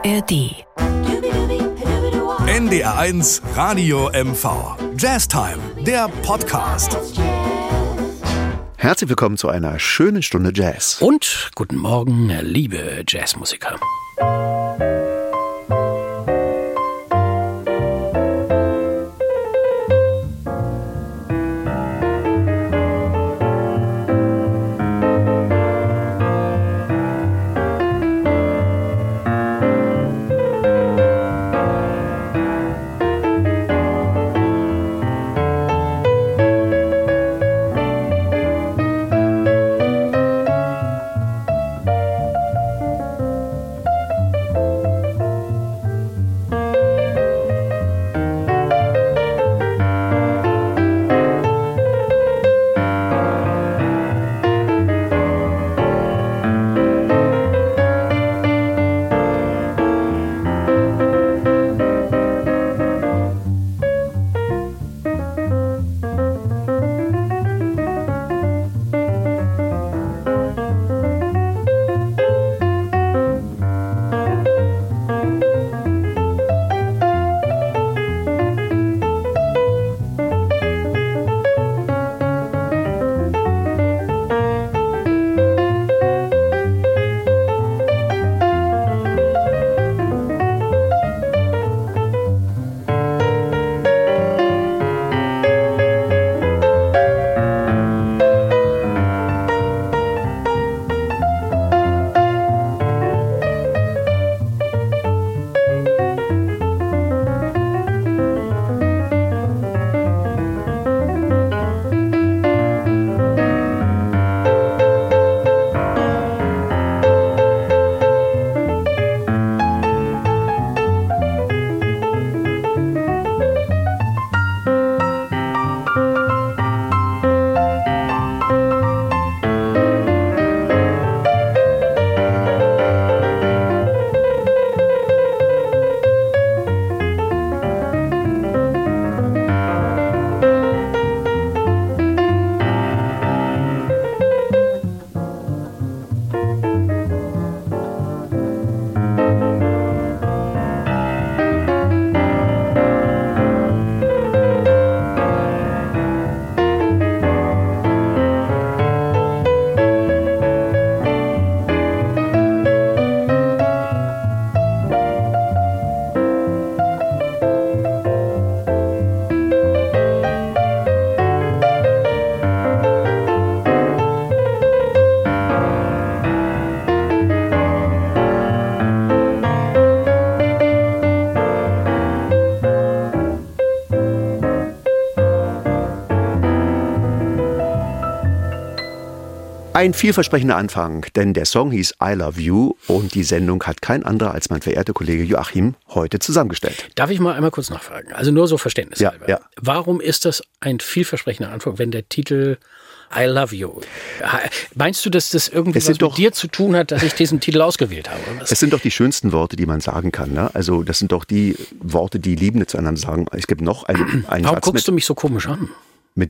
ARD. NDR1 Radio MV. Jazztime, der Podcast. Herzlich willkommen zu einer schönen Stunde Jazz. Und guten Morgen, liebe Jazzmusiker. Ein vielversprechender Anfang, denn der Song hieß I Love You und die Sendung hat kein anderer als mein verehrter Kollege Joachim heute zusammengestellt. Darf ich mal einmal kurz nachfragen? Also nur so verständnishalber. Ja. Warum ist das ein vielversprechender Anfang, wenn der Titel I Love You? Meinst du, dass das irgendwie was mit dir zu tun hat, dass ich diesen Titel ausgewählt habe? Es sind doch die schönsten Worte, die man sagen kann. Ne? Also das sind doch die Worte, die Liebende zueinander sagen. Es gibt noch einen Warum Satz guckst du mich so komisch an? mit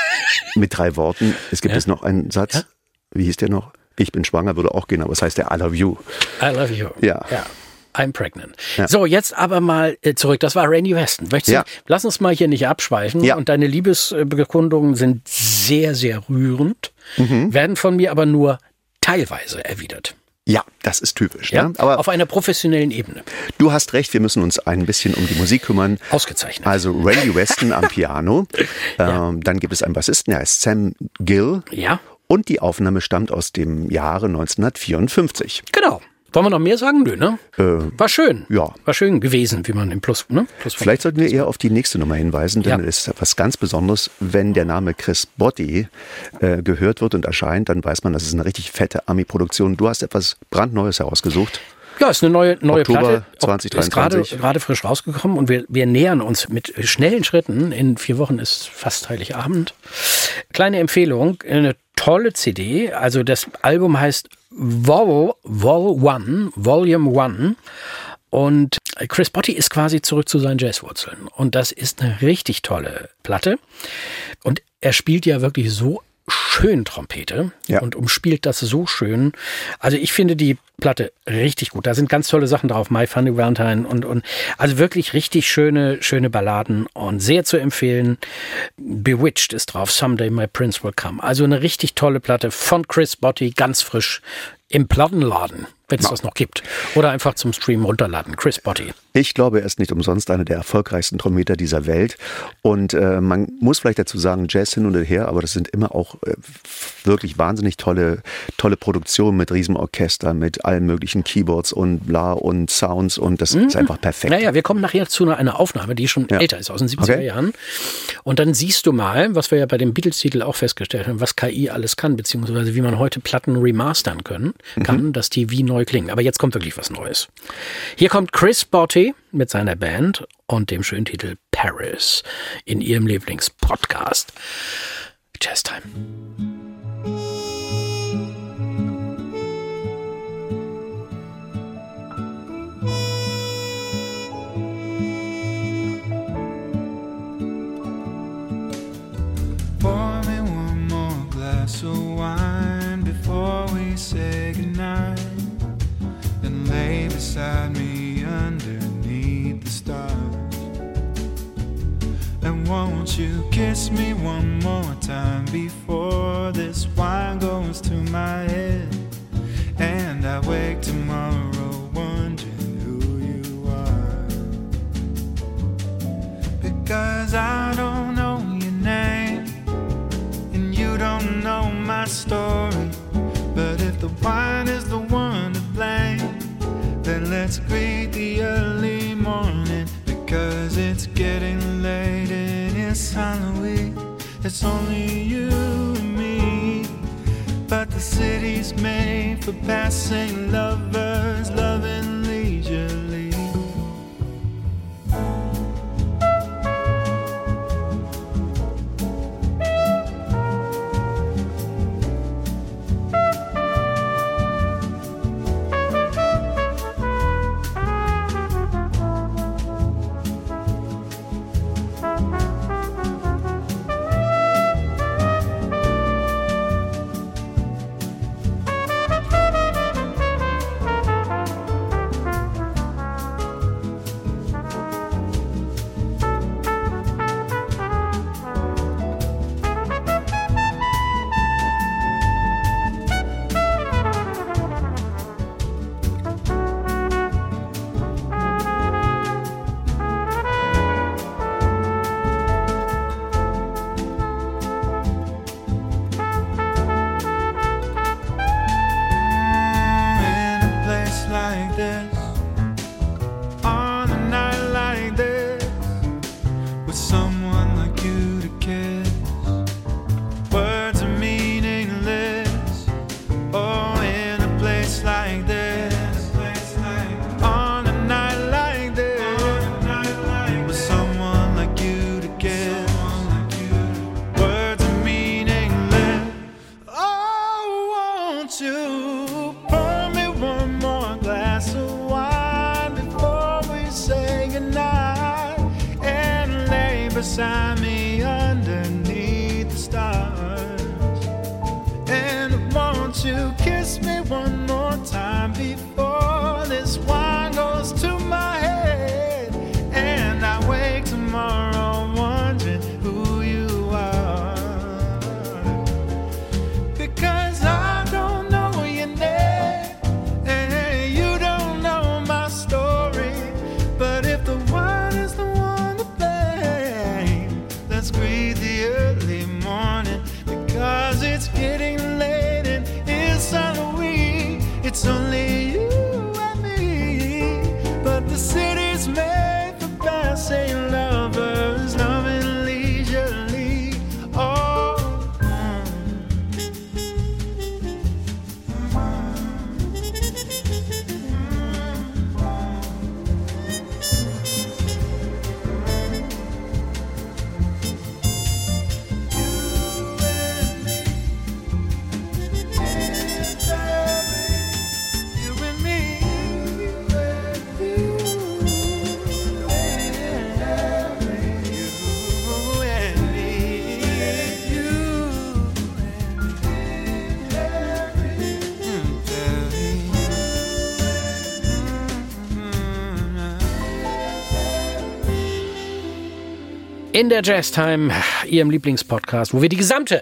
drei Worten. Es gibt noch einen Satz. Ja? Wie hieß der noch? Ich bin schwanger, würde auch gehen, aber es heißt der I Love You. I love you. Ja. I'm pregnant. Ja. So, jetzt aber mal zurück. Das war Randy Weston. Lass uns mal hier nicht abschweifen. Ja. Und deine Liebesbekundungen sind sehr, sehr rührend, werden von mir aber nur teilweise erwidert. Ja, das ist typisch. Ja? Ne? Aber auf einer professionellen Ebene. du hast recht, wir müssen uns ein bisschen um die Musik kümmern. Ausgezeichnet. Also Randy Weston am Piano. Dann gibt es einen Bassisten, der heißt Sam Gill. Ja. Und die Aufnahme stammt aus dem Jahre 1954. Genau. Wollen wir noch mehr sagen? Nö, ne? War schön. Ja. War schön gewesen, wie man im Plus Vielleicht sollten wir eher auf die nächste Nummer hinweisen, denn es ist etwas ganz Besonderes. Wenn der Name Chris Botti gehört wird und erscheint, dann weiß man, das ist eine richtig fette Ami-Produktion. Du hast etwas brandneues herausgesucht. Ja, ist eine neue Oktober Platte. 2023. Ist gerade frisch rausgekommen und wir nähern uns mit schnellen Schritten. In 4 Wochen ist fast Heiligabend. Kleine Empfehlung, eine tolle CD. Also das Album heißt Volume 1. Und Chris Botti ist quasi zurück zu seinen Jazzwurzeln. Und das ist eine richtig tolle Platte. Und er spielt ja wirklich so schön schönen Trompete und umspielt das so schön. Also ich finde die Platte richtig gut. Da sind ganz tolle Sachen drauf. My Funny Valentine und also wirklich richtig schöne Balladen und sehr zu empfehlen. Bewitched ist drauf. Someday My Prince Will Come. Also eine richtig tolle Platte von Chris Botti, ganz frisch im Plattenladen, wenn es das noch gibt. Oder einfach zum Stream runterladen. Chris Botti. Ich glaube, er ist nicht umsonst einer der erfolgreichsten Trompeter dieser Welt. Und man muss vielleicht dazu sagen, Jazz hin und her, aber das sind immer auch wirklich wahnsinnig tolle Produktionen mit Riesenorchester, mit allen möglichen Keyboards und bla und Sounds und das ist einfach perfekt. Naja, wir kommen nachher zu einer Aufnahme, die schon älter ist, aus den 70er Jahren. Und dann siehst du mal, was wir ja bei dem Beatles-Titel auch festgestellt haben, was KI alles kann, beziehungsweise wie man heute Platten remastern kann, dass die wie neu klingen. Aber jetzt kommt wirklich was Neues. Hier kommt Chris Botti mit seiner Band und dem schönen Titel Paris in ihrem Lieblingspodcast Jazz Time. Pour me one more glass of wine before we say goodnight, and lay beside me underneath the stars. And won't you kiss me one more time before this wine goes to my head, and I wake tomorrow wondering who you are. Because I don't know your name, and you don't know my story. But if the wine is the one to blame, then let's greet the early morning. Because it's getting late and it's Halloween. It's only you and me. But the city's made for passing lovers, loving leisurely. Beside me underneath the stars. And won't you kiss me one more time before this wine goes to my head, and I wake tomorrow wondering who you are. Because I don't know your name and you don't know my story. But if the wine is the one to blame, let's greet the early morning. Because it's getting late and it's Halloween. It's only you and me. But the city's made for passing lovers, loving leisurely. Oh, In der Jazztime, Ihrem Lieblingspodcast, wo wir die gesamte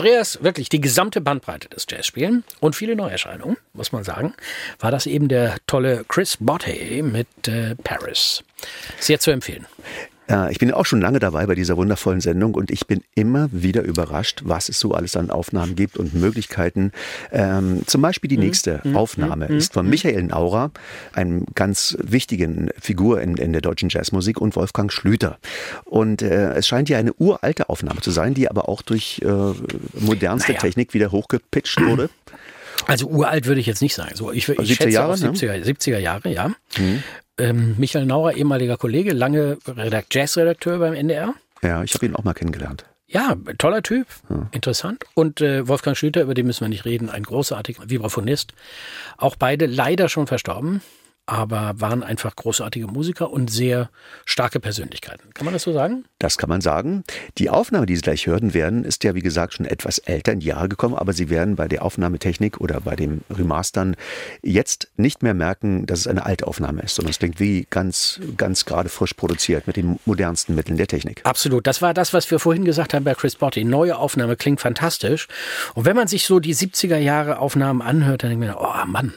Bandbreite des Jazz spielen und viele Neuerscheinungen, muss man sagen, war das eben der tolle Chris Botti mit Paris. Sehr zu empfehlen. Ich bin auch schon lange dabei bei dieser wundervollen Sendung und ich bin immer wieder überrascht, was es so alles an Aufnahmen gibt und Möglichkeiten. Zum Beispiel die nächste Aufnahme ist von Michael Naurer, einem ganz wichtigen Figur in der deutschen Jazzmusik, und Wolfgang Schlüter. Und es scheint ja eine uralte Aufnahme zu sein, die aber auch durch modernste Technik wieder hochgepitcht wurde. Also uralt würde ich jetzt nicht sagen. So, ich schätze Jahre, auch 70er Jahre, ja. Michael Naurer, ehemaliger Kollege, lange Jazzredakteur beim NDR. Ja, ich habe ihn auch mal kennengelernt. Ja, toller Typ, interessant. Und Wolfgang Schlüter, über den müssen wir nicht reden, ein großartiger Vibraphonist. Auch beide leider schon verstorben, aber waren einfach großartige Musiker und sehr starke Persönlichkeiten. Kann man das so sagen? Das kann man sagen. Die Aufnahme, die Sie gleich hören werden, ist ja wie gesagt schon etwas älter in die Jahre gekommen, aber Sie werden bei der Aufnahmetechnik oder bei dem Remastern jetzt nicht mehr merken, dass es eine alte Aufnahme ist, sondern es klingt wie ganz gerade frisch produziert mit den modernsten Mitteln der Technik. Absolut. Das war das, was wir vorhin gesagt haben bei Chris Botti. Neue Aufnahme klingt fantastisch. Und wenn man sich so die 70er Jahre Aufnahmen anhört, dann denkt man, oh Mann,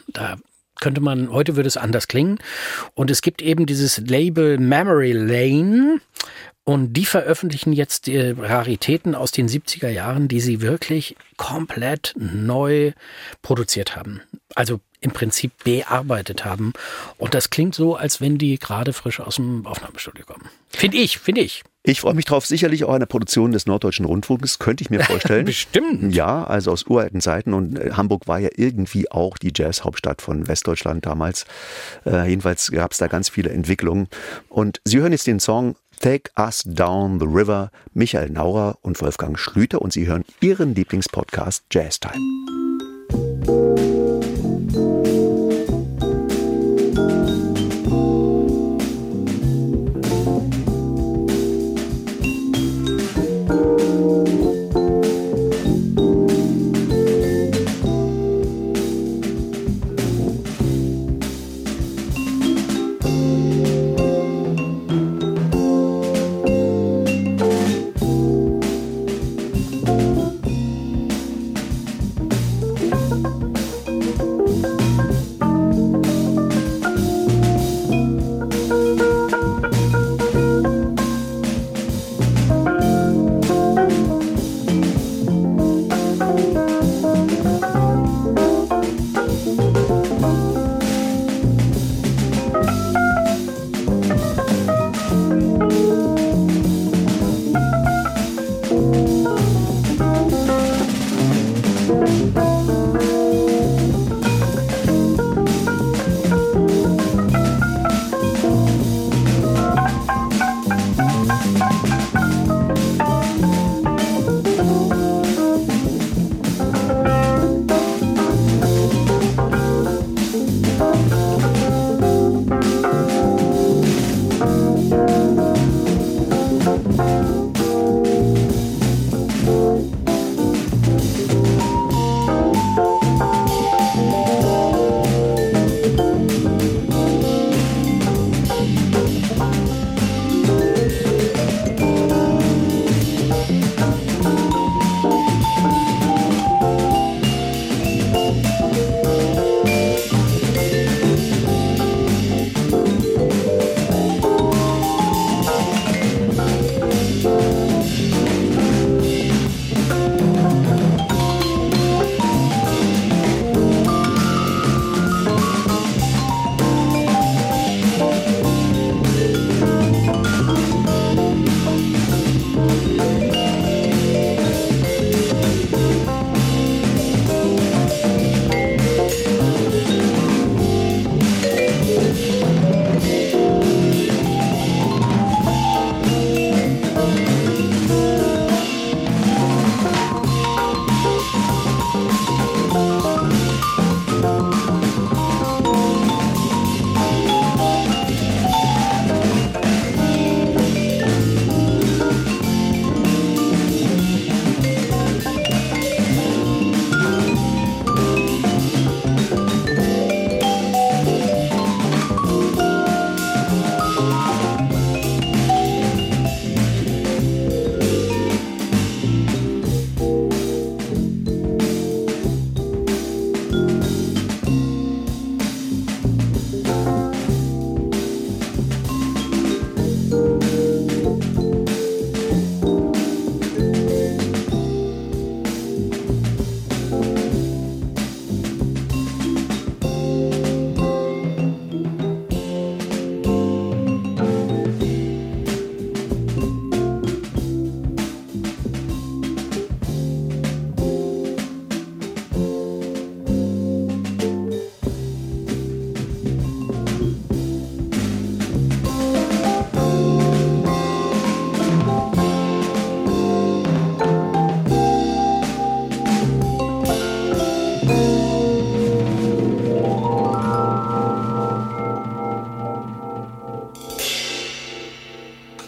heute würde es anders klingen. Und es gibt eben dieses Label Memory Lane und die veröffentlichen jetzt die Raritäten aus den 70er Jahren, die sie wirklich komplett neu produziert haben. Also im Prinzip bearbeitet haben. Und das klingt so, als wenn die gerade frisch aus dem Aufnahmestudio kommen. Finde ich. Ich freue mich drauf, sicherlich auch eine Produktion des Norddeutschen Rundfunks, könnte ich mir vorstellen. Bestimmt. Ja, also aus uralten Zeiten, und Hamburg war ja irgendwie auch die Jazzhauptstadt von Westdeutschland damals. Jedenfalls gab es da ganz viele Entwicklungen. Und Sie hören jetzt den Song Take Us Down the River, Michael Naurer und Wolfgang Schlüter, und Sie hören Ihren Lieblingspodcast Jazztime.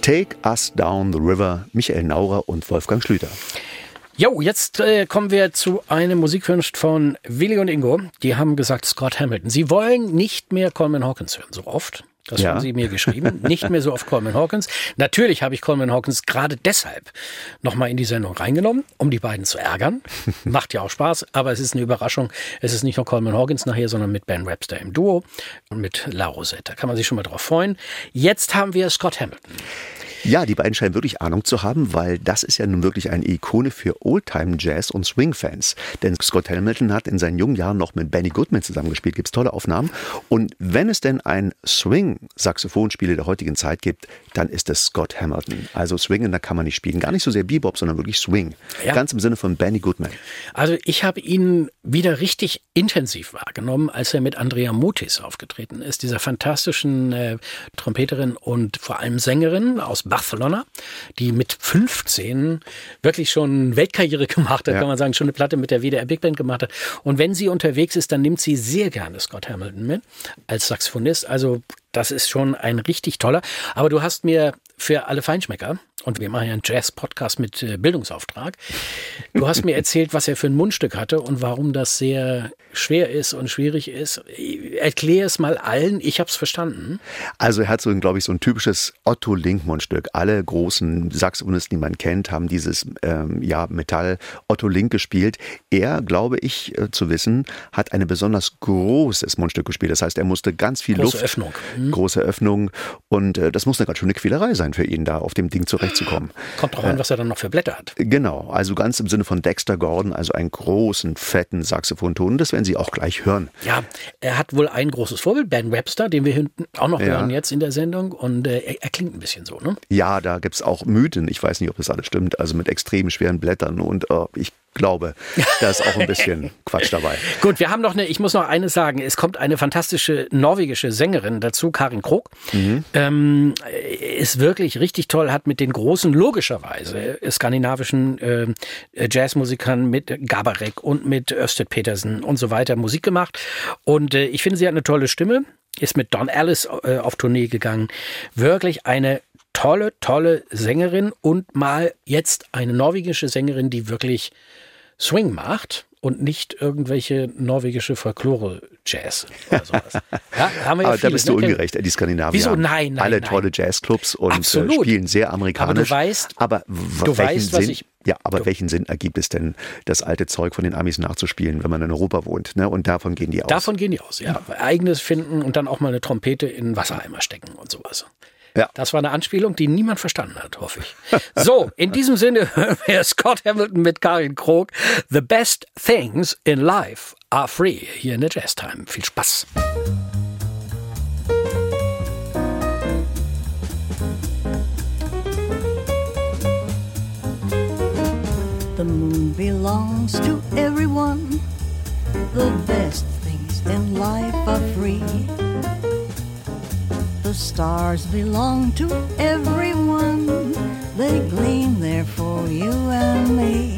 Take Us Down the River, Michael Naurer und Wolfgang Schlüter. Jo, jetzt kommen wir zu einem Musikwunsch von Willi und Ingo. Die haben gesagt, Scott Hamilton. Sie wollen nicht mehr Coleman Hawkins hören, so oft. Das haben sie mir geschrieben. Nicht mehr so oft Coleman Hawkins. Natürlich habe ich Coleman Hawkins gerade deshalb nochmal in die Sendung reingenommen, um die beiden zu ärgern. Macht ja auch Spaß, aber es ist eine Überraschung. Es ist nicht nur Coleman Hawkins nachher, sondern mit Ben Webster im Duo und mit La Rosette. Da kann man sich schon mal drauf freuen. Jetzt haben wir Scott Hamilton. Ja, die beiden scheinen wirklich Ahnung zu haben, weil das ist ja nun wirklich eine Ikone für Oldtime-Jazz- und Swing-Fans. Denn Scott Hamilton hat in seinen jungen Jahren noch mit Benny Goodman zusammengespielt, gibt's tolle Aufnahmen. Und wenn es denn ein Swing-Saxophonspieler der heutigen Zeit gibt, dann ist es Scott Hamilton. Also Swing, da kann man nicht spielen. Gar nicht so sehr Bebop, sondern wirklich Swing. Ja. Ganz im Sinne von Benny Goodman. Also ich habe ihn wieder richtig intensiv wahrgenommen, als er mit Andrea Motis aufgetreten ist, dieser fantastischen Trompeterin und vor allem Sängerin aus Barcelona, die mit 15 wirklich schon Weltkarriere gemacht hat, kann man sagen, schon eine Platte mit der WDR Big Band gemacht hat. Und wenn sie unterwegs ist, dann nimmt sie sehr gerne Scott Hamilton mit als Saxophonist. Also das ist schon ein richtig toller. Aber du hast mir für alle Feinschmecker, und wir machen ja einen Jazz-Podcast mit Bildungsauftrag, du hast mir erzählt, was er für ein Mundstück hatte und warum das sehr schwer ist und schwierig ist. Erklär es mal allen, ich habe es verstanden. Also er hat so, glaube ich, so ein typisches Otto-Link-Mundstück. Alle großen Saxophonisten, die man kennt, haben dieses Metall Otto Link gespielt. Er, glaube ich zu wissen, hat ein besonders großes Mundstück gespielt. Das heißt, er musste ganz viel große Luft, Öffnung. Große Öffnung, und das muss eine ganz schöne Quälerei sein für ihn, da auf dem Ding zurechtzukommen. Kommt drauf an, was er dann noch für Blätter hat. Genau, also ganz im Sinne von Dexter Gordon, also einen großen, fetten Saxophonton. Das werden Sie auch gleich hören. Ja, er hat wohl ein großes Vorbild, Ben Webster, den wir hinten auch noch hören jetzt in der Sendung. Und er klingt ein bisschen so, ne? Ja, da gibt es auch Mythen. Ich weiß nicht, ob das alles stimmt. Also mit extrem schweren Blättern. Und ich glaube, da ist auch ein bisschen Quatsch dabei. Gut, wir haben ich muss noch eines sagen. Es kommt eine fantastische norwegische Sängerin dazu, Karin Krog. Ist wirklich richtig toll, hat mit den großen, logischerweise, skandinavischen Jazzmusikern, mit Gabarek und mit Ørsted Petersen und so weiter Musik gemacht. Und ich finde, sie hat eine tolle Stimme, ist mit Don Alice auf Tournee gegangen. Wirklich eine tolle Sängerin und mal jetzt eine norwegische Sängerin, die wirklich Swing macht und nicht irgendwelche norwegische Folklore-Jazz oder sowas. Ja, haben wir ja aber vieles, da bist du ungerecht. Die Skandinavier Wieso? haben Nein, alle tolle Jazzclubs und spielen sehr amerikanisch. Aber du weißt, was ich... Ja, aber welchen Sinn ergibt es denn, das alte Zeug von den Amis nachzuspielen, wenn man in Europa wohnt? Ne? Und davon gehen die aus. Davon gehen die aus, ja. Eigenes finden und dann auch mal eine Trompete in einen Wassereimer stecken und sowas. Ja. Das war eine Anspielung, die niemand verstanden hat, hoffe ich. So, in diesem Sinne hören wir Scott Hamilton mit Karin Krog. The best things in life are free. Hier in der Jazz Time. Viel Spaß. The moon belongs to everyone. The best things in life are free. The stars belong to everyone. They gleam there for you and me.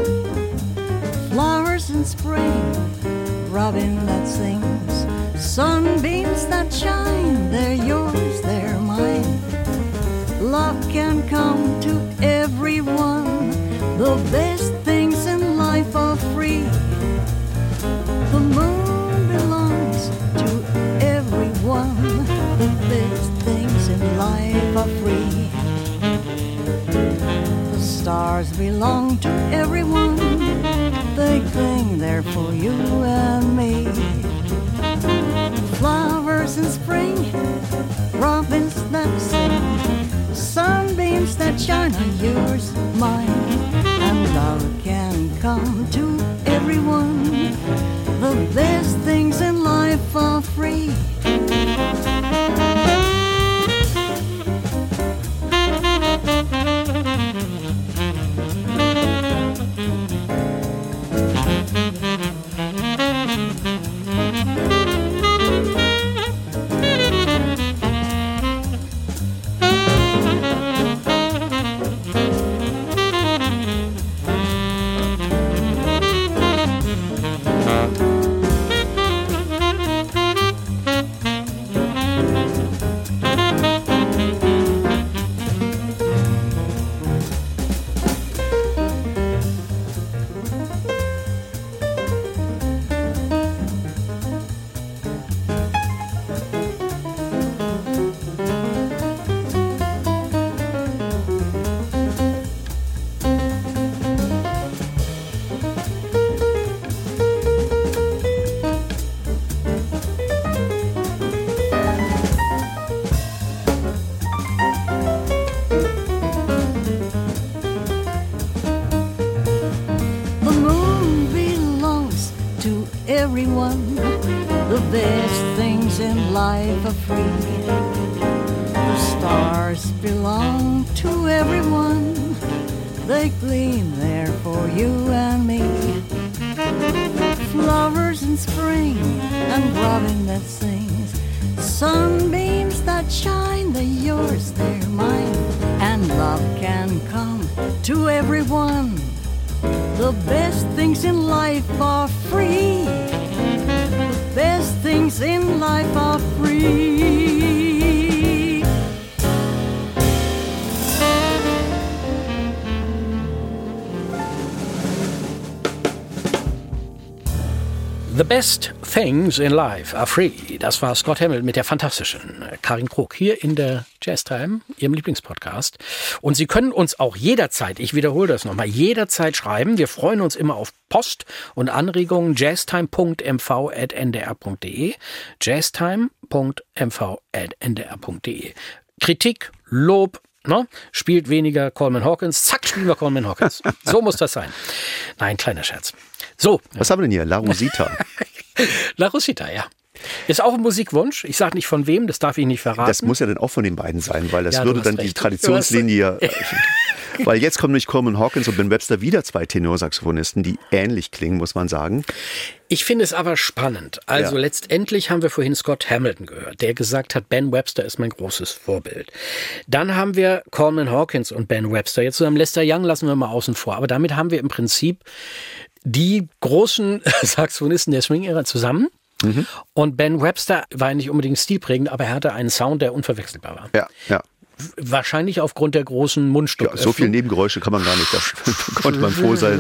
Flowers in spring, robin that sings, sunbeams that shine, they're yours, they're mine. Love can come to everyone. The best things in life are free. The moon belongs to everyone. The best things in life are free. The stars belong to everyone. They cling there for you and me. Flowers in spring, robins that sing, sunbeams that shine on yours, mine. And love can come to everyone. The best things in life are free. The best things in life are free. The stars belong to everyone. They gleam there for you and me. Flowers in spring and robin that sings. Sunbeams that shine, they're yours, they're mine. And love can come to everyone. The best things in life are free. The best things in life are free. The best things in life are free. Das war Scott Hamilton mit der fantastischen Karin Krog hier in der Jazztime, Ihrem Lieblingspodcast. Und Sie können uns auch jederzeit, ich wiederhole das nochmal, jederzeit schreiben. Wir freuen uns immer auf Post und Anregungen. jazztime.mv@ndr.de jazztime.mv@ndr.de Kritik, Lob, spielt weniger Coleman Hawkins. Zack, spielen wir Coleman Hawkins. So muss das sein. Nein, kleiner Scherz. So. Was haben wir denn hier? La Rosita. La Rosita, ja. Ist auch ein Musikwunsch. Ich sage nicht von wem, das darf ich nicht verraten. Das muss ja dann auch von den beiden sein, weil das würde dann die Traditionslinie... Weil jetzt kommen nämlich Coleman Hawkins und Ben Webster wieder zwei Tenorsaxophonisten, die ähnlich klingen, muss man sagen. Ich finde es aber spannend. Also letztendlich haben wir vorhin Scott Hamilton gehört, der gesagt hat, Ben Webster ist mein großes Vorbild. Dann haben wir Coleman Hawkins und Ben Webster. Jetzt zusammen Lester Young lassen wir mal außen vor. Aber damit haben wir im Prinzip die großen Saxophonisten der Swing-Ära zusammen. Mhm. Und Ben Webster war nicht unbedingt stilprägend, aber er hatte einen Sound, der unverwechselbar war. Ja, ja. Wahrscheinlich aufgrund der großen Mundstück. Ja, so viele Nebengeräusche kann man gar nicht. Da konnte man froh sein,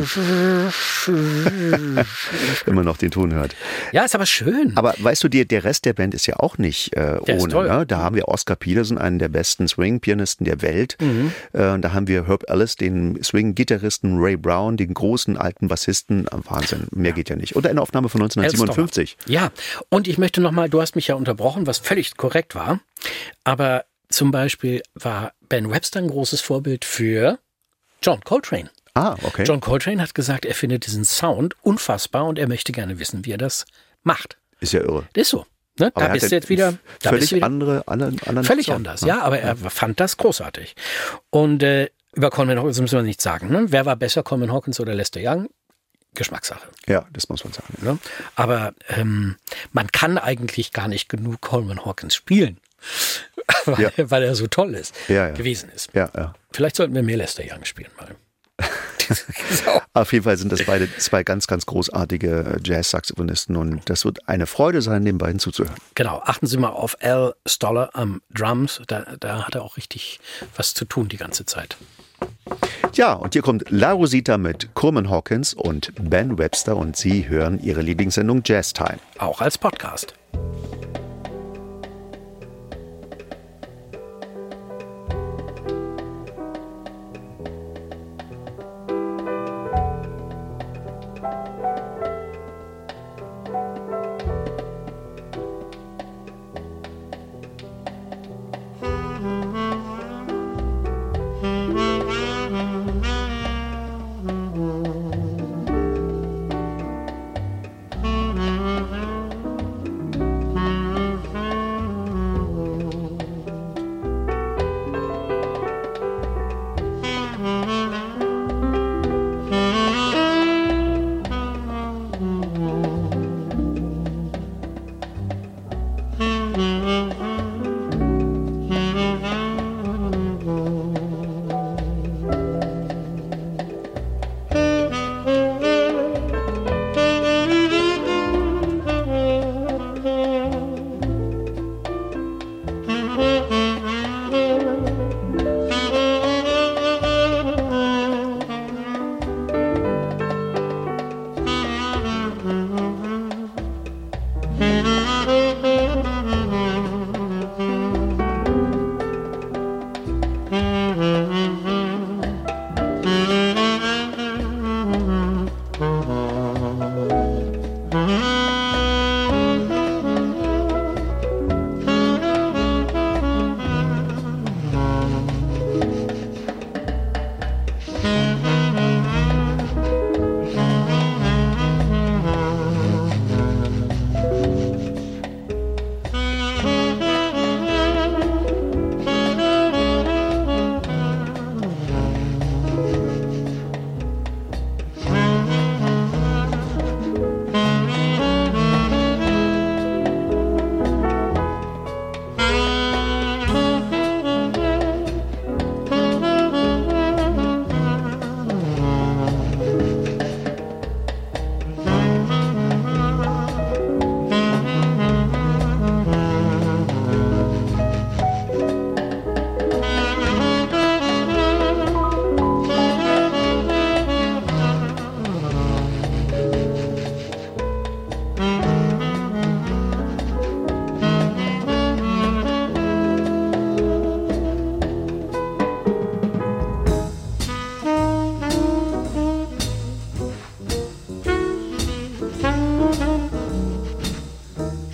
wenn man noch den Ton hört. Ja, ist aber schön. Aber weißt du, der Rest der Band ist ja auch nicht ohne. Ne? Da haben wir Oscar Peterson, einen der besten Swing-Pianisten der Welt. Mhm. Da haben wir Herb Ellis, den Swing-Gitarristen, Ray Brown, den großen alten Bassisten. Wahnsinn, mehr geht ja nicht. Und eine Aufnahme von 1957. Ja, und ich möchte nochmal, du hast mich ja unterbrochen, was völlig korrekt war, aber zum Beispiel war Ben Webster ein großes Vorbild für John Coltrane. Ah, okay. John Coltrane hat gesagt, er findet diesen Sound unfassbar und er möchte gerne wissen, wie er das macht. Ist ja irre. Das ist so. Ne? Da bist du jetzt wieder... Völlig anderen völlig anders, ja, aber er fand das großartig. Und über Coleman Hawkins müssen wir nichts sagen. Ne? Wer war besser, Coleman Hawkins oder Lester Young? Geschmackssache. Ja, das muss man sagen. Ne? Aber man kann eigentlich gar nicht genug Coleman Hawkins spielen. Weil er so toll ist, gewesen ist. Ja, ja. Vielleicht sollten wir mehr Lester Young spielen mal. Auf jeden Fall sind das beide zwei ganz, ganz großartige Jazz-Saxophonisten und das wird eine Freude sein, den beiden zuzuhören. Genau, achten Sie mal auf Al Stoller am Drums, da hat er auch richtig was zu tun die ganze Zeit. Ja, und hier kommt La Rosita mit Coleman Hawkins und Ben Webster und Sie hören Ihre Lieblingssendung Jazztime. Auch als Podcast.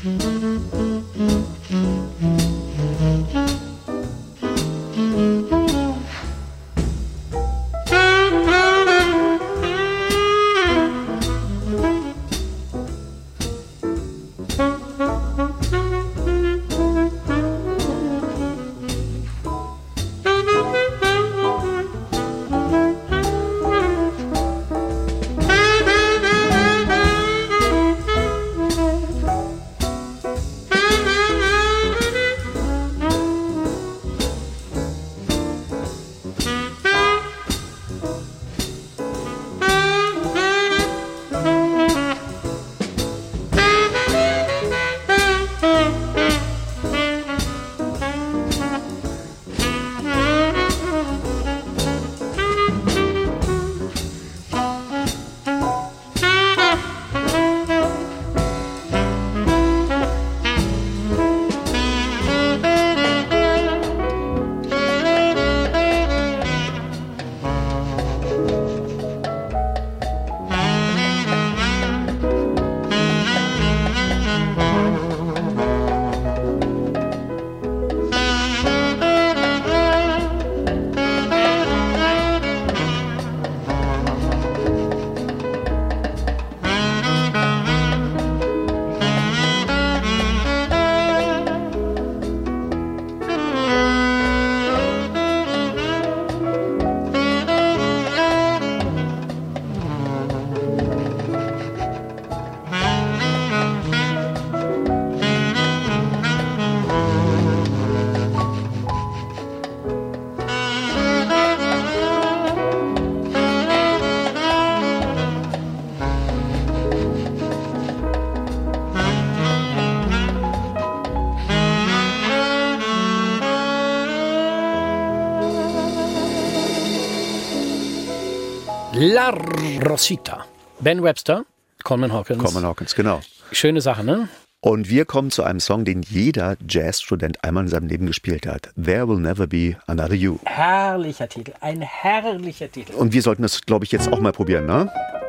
La Rosita. Ben Webster, Coleman Hawkins. Coleman Hawkins, genau. Schöne Sache, ne? Und wir kommen zu einem Song, den jeder Jazzstudent einmal in seinem Leben gespielt hat. There Will Never Be Another You. Herrlicher Titel, ein herrlicher Titel. Und wir sollten das, glaube ich, jetzt auch mal probieren, ne?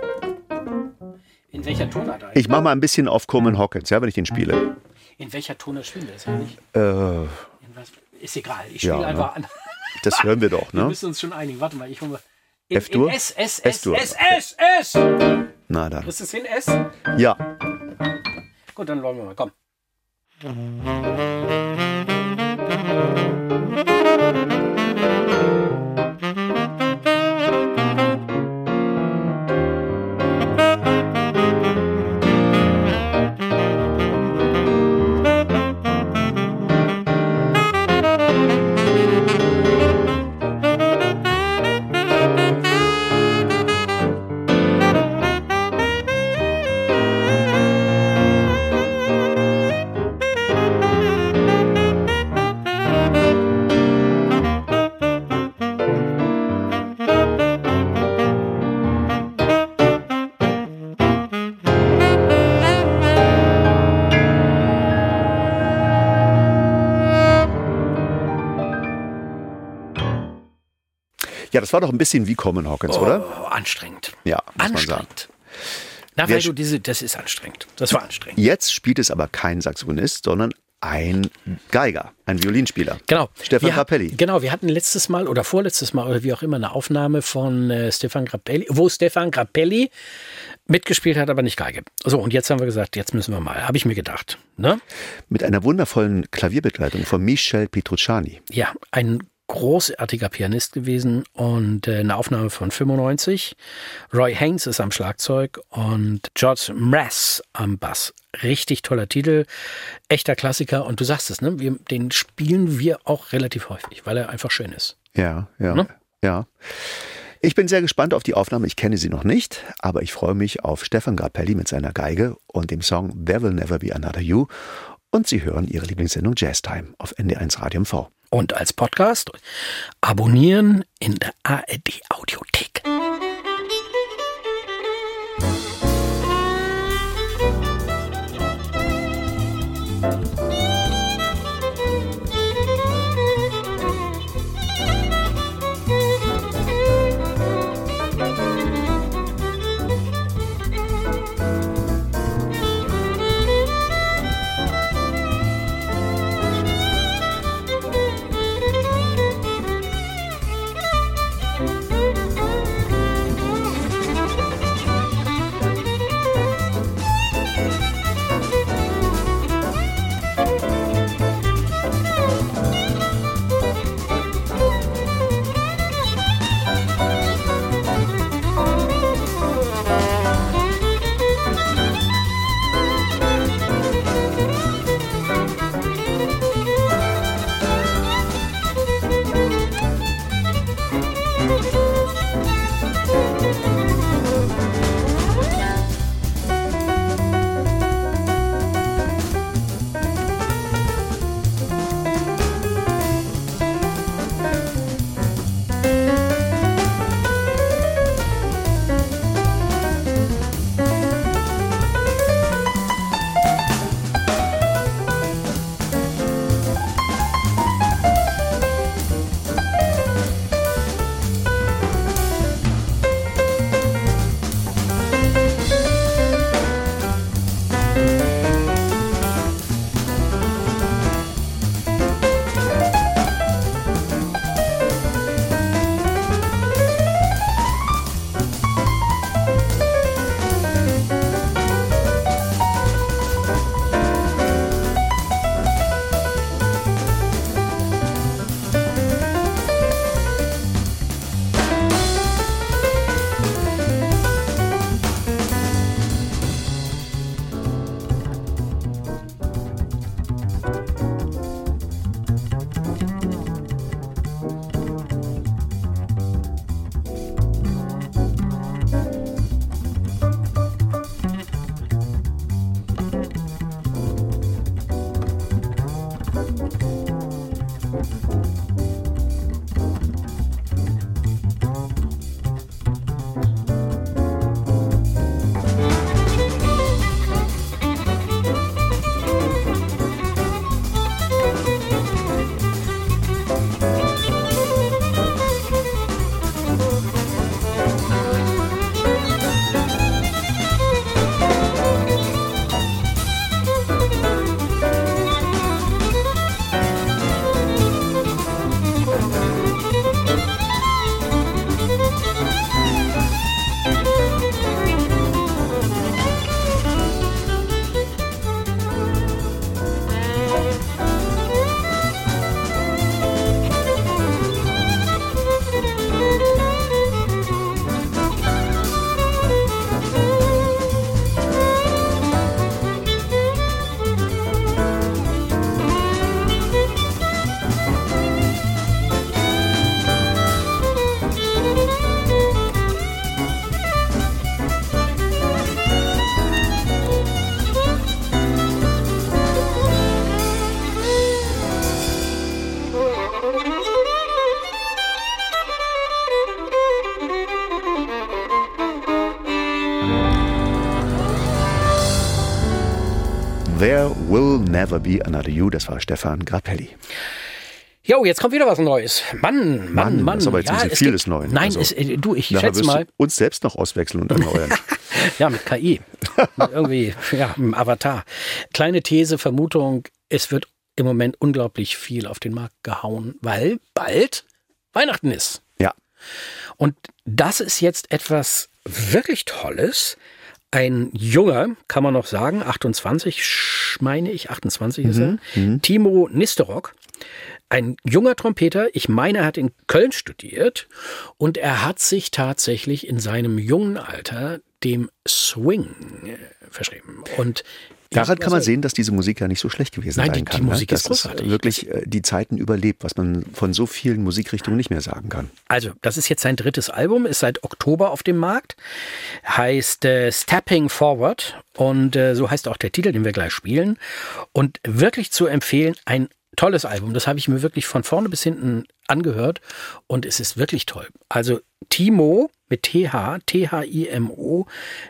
In welcher Tonart eigentlich? Ich mache mal ein bisschen auf Coleman Hawkins, ja, wenn ich den spiele. In welcher Tonart spielen wir das eigentlich? Ist egal, ich spiele einfach an. Das hören wir doch, ne? Wir müssen uns schon einigen. Warte mal, ich hole mal. F-Dur? S-Dur. Na dann. Ist es hin, S? Ja. Gut, dann wollen wir mal. Komm. Ja, das war doch ein bisschen wie Coleman Hawkins, oder? Anstrengend. Ja, muss man sagen. Na, weil das ist anstrengend. Das war anstrengend. Jetzt spielt es aber kein Saxophonist, sondern ein Geiger, ein Violinspieler. Genau. Stefan Grappelli. Genau, wir hatten letztes Mal oder vorletztes Mal oder wie auch immer eine Aufnahme von Stefan Grappelli, wo Stefan Grappelli mitgespielt hat, aber nicht Geige. So, und jetzt haben wir gesagt, jetzt müssen wir mal. Habe ich mir gedacht. Ne? Mit einer wundervollen Klavierbegleitung von Michel Petrucciani. Ja, ein großartiger Pianist gewesen und eine Aufnahme von 95. Roy Haynes ist am Schlagzeug und George Mraz am Bass. Richtig toller Titel, echter Klassiker und du sagst es, ne? Den spielen wir auch relativ häufig, weil er einfach schön ist. Ja, Ne? ja. Ich bin sehr gespannt auf die Aufnahme. Ich kenne sie noch nicht, aber ich freue mich auf Stefan Grappelli mit seiner Geige und dem Song There Will Never Be Another You. Und Sie hören Ihre Lieblingssendung Jazz Time auf NDR1 Radio MV. Und als Podcast abonnieren in der ARD Audiothek. There Will Never Be Another You, das war Stefan Grappelli. Jo, jetzt kommt wieder was Neues. Mann. Das ist aber jetzt nicht vieles Neues. Nein, also, ich schätze mal. Du uns selbst noch auswechseln und erneuern. Ja, mit KI. Irgendwie, ja, mit dem Avatar. Kleine These, Vermutung, es wird im Moment unglaublich viel auf den Markt gehauen, weil bald Weihnachten ist. Ja. Und das ist jetzt etwas wirklich Tolles. Ein junger, kann man noch sagen, 28, meine ich, 28 ist er, Timo Nisterok. Ein junger Trompeter, ich meine, er hat in Köln studiert und er hat sich tatsächlich in seinem jungen Alter dem Swing verschrieben. Und daran kann man sehen, dass diese Musik ja nicht so schlecht gewesen sein kann. Die Musik ist großartig. Dass es wirklich die Zeiten überlebt, was man von so vielen Musikrichtungen nicht mehr sagen kann. Also, das ist jetzt sein drittes Album, ist seit Oktober auf dem Markt, heißt Stepping Forward und so heißt auch der Titel, den wir gleich spielen. Und wirklich zu empfehlen, ein tolles Album. Das habe ich mir wirklich von vorne bis hinten angehört und es ist wirklich toll. Also Timo mit T-H-I-M-O,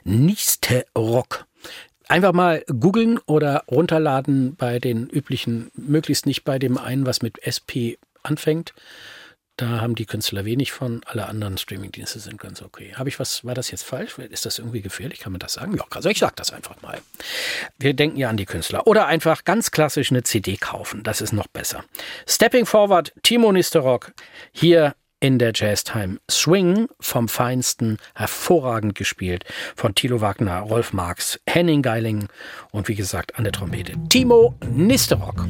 Nisterok. Einfach mal googeln oder runterladen bei den üblichen, möglichst nicht bei dem einen, was mit SP anfängt. Da haben die Künstler wenig von, alle anderen Streamingdienste sind ganz okay. War das jetzt falsch? Ist das irgendwie gefährlich? Kann man das sagen? Ja, also ich sag das einfach mal. Wir denken ja an die Künstler. Oder einfach ganz klassisch eine CD kaufen, das ist noch besser. Stepping Forward, Timo Nisterok, hier in der Jazztime. Swing vom Feinsten, hervorragend gespielt von Thilo Wagner, Rolf Marx, Henning Geiling und wie gesagt an der Trompete Timo Nisterok.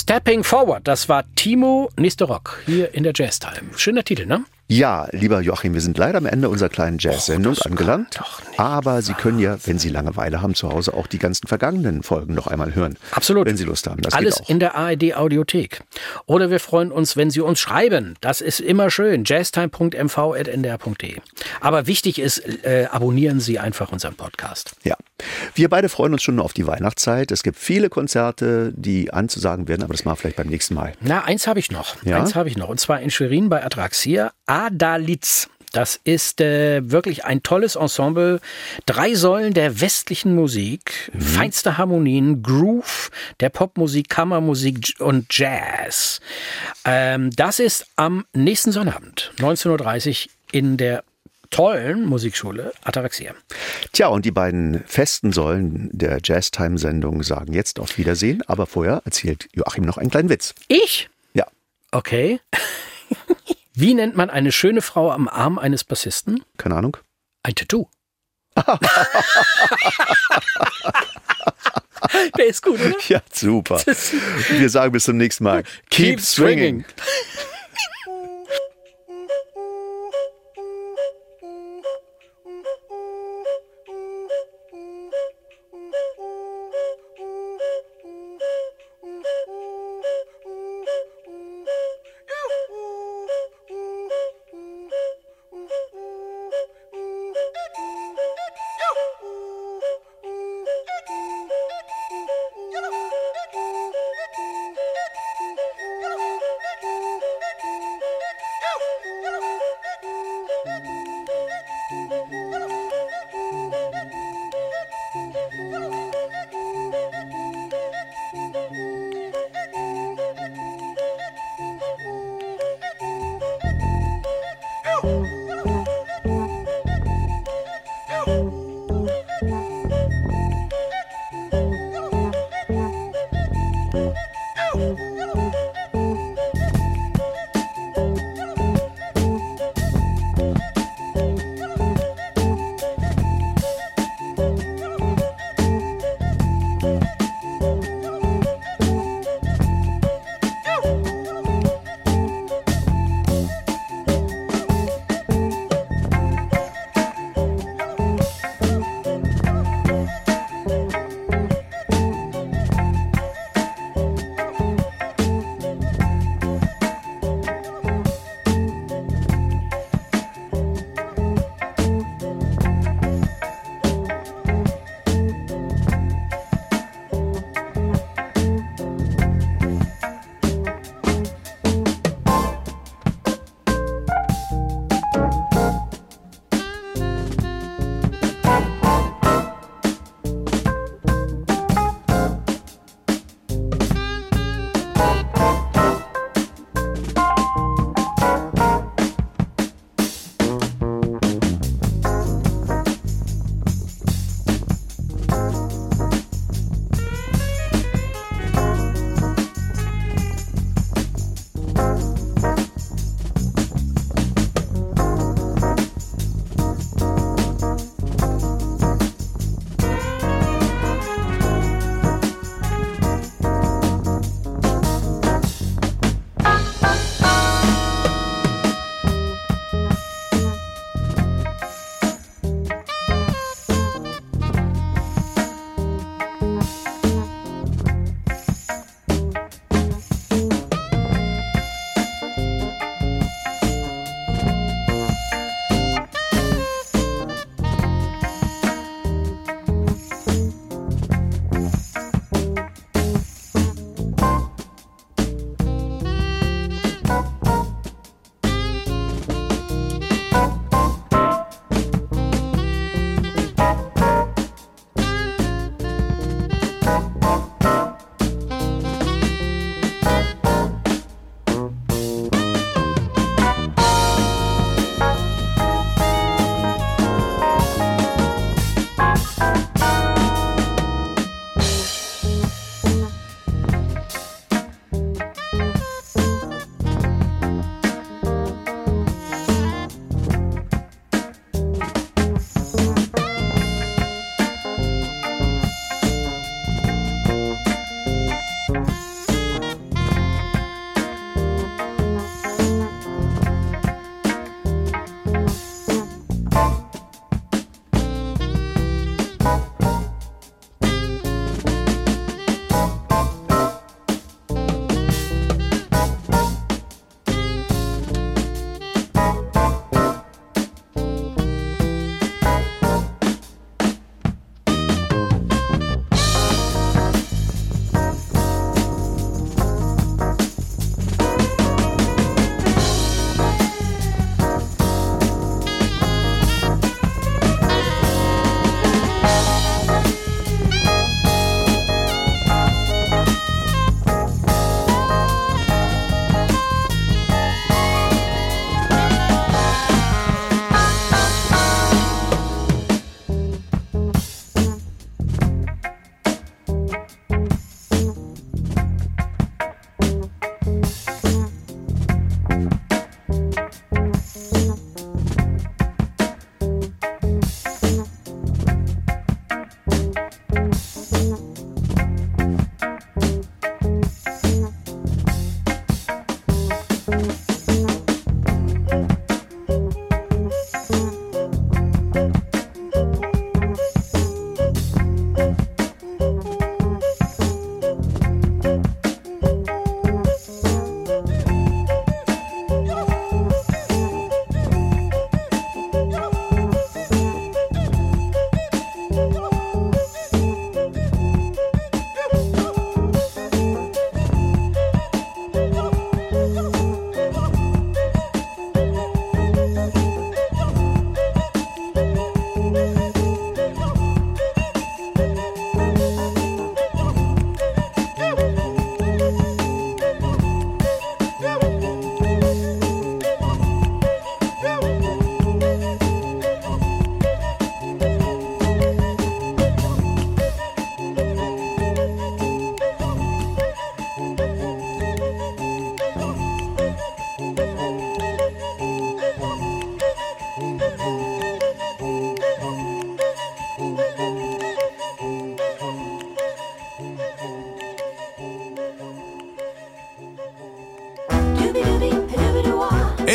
Stepping Forward, das war Timo Nistorok hier in der Jazz Time. Schöner Titel, ne? Ja, lieber Joachim, wir sind leider am Ende unserer kleinen Jazz-Sendung angelangt. Aber Sie können ja, wenn Sie Langeweile haben zu Hause, auch die ganzen vergangenen Folgen noch einmal hören. Absolut. Wenn Sie Lust haben. Das alles geht auch. In der ARD-Audiothek. Oder wir freuen uns, wenn Sie uns schreiben. Das ist immer schön. jazztime.mv@ndr.de. Aber wichtig ist, abonnieren Sie einfach unseren Podcast. Ja. Wir beide freuen uns schon auf die Weihnachtszeit. Es gibt viele Konzerte, die anzusagen werden, aber das machen wir vielleicht beim nächsten Mal. Na, eins habe ich noch. Ja? Eins habe ich noch. Und zwar in Schwerin bei Atraxia. Adalitz. Das ist wirklich ein tolles Ensemble. 3 Säulen der westlichen Musik, feinste Harmonien, Groove, der Popmusik, Kammermusik und Jazz. Das ist am nächsten Sonnabend, 19:30 Uhr in der tollen Musikschule Ataraxia. Tja, und die beiden festen Säulen der Jazz-Time-Sendung sagen jetzt auf Wiedersehen. Aber vorher erzählt Joachim noch einen kleinen Witz. Ich? Ja. Okay. Wie nennt man eine schöne Frau am Arm eines Bassisten? Keine Ahnung. Ein Tattoo. Der ist gut, oder? Ja, super. Wir sagen bis zum nächsten Mal. Keep swinging.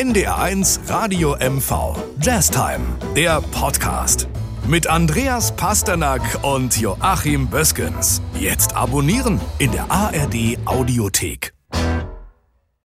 NDR1 Radio MV. Jazztime, der Podcast. Mit Andreas Pasternak und Joachim Böskens. Jetzt abonnieren in der ARD Audiothek.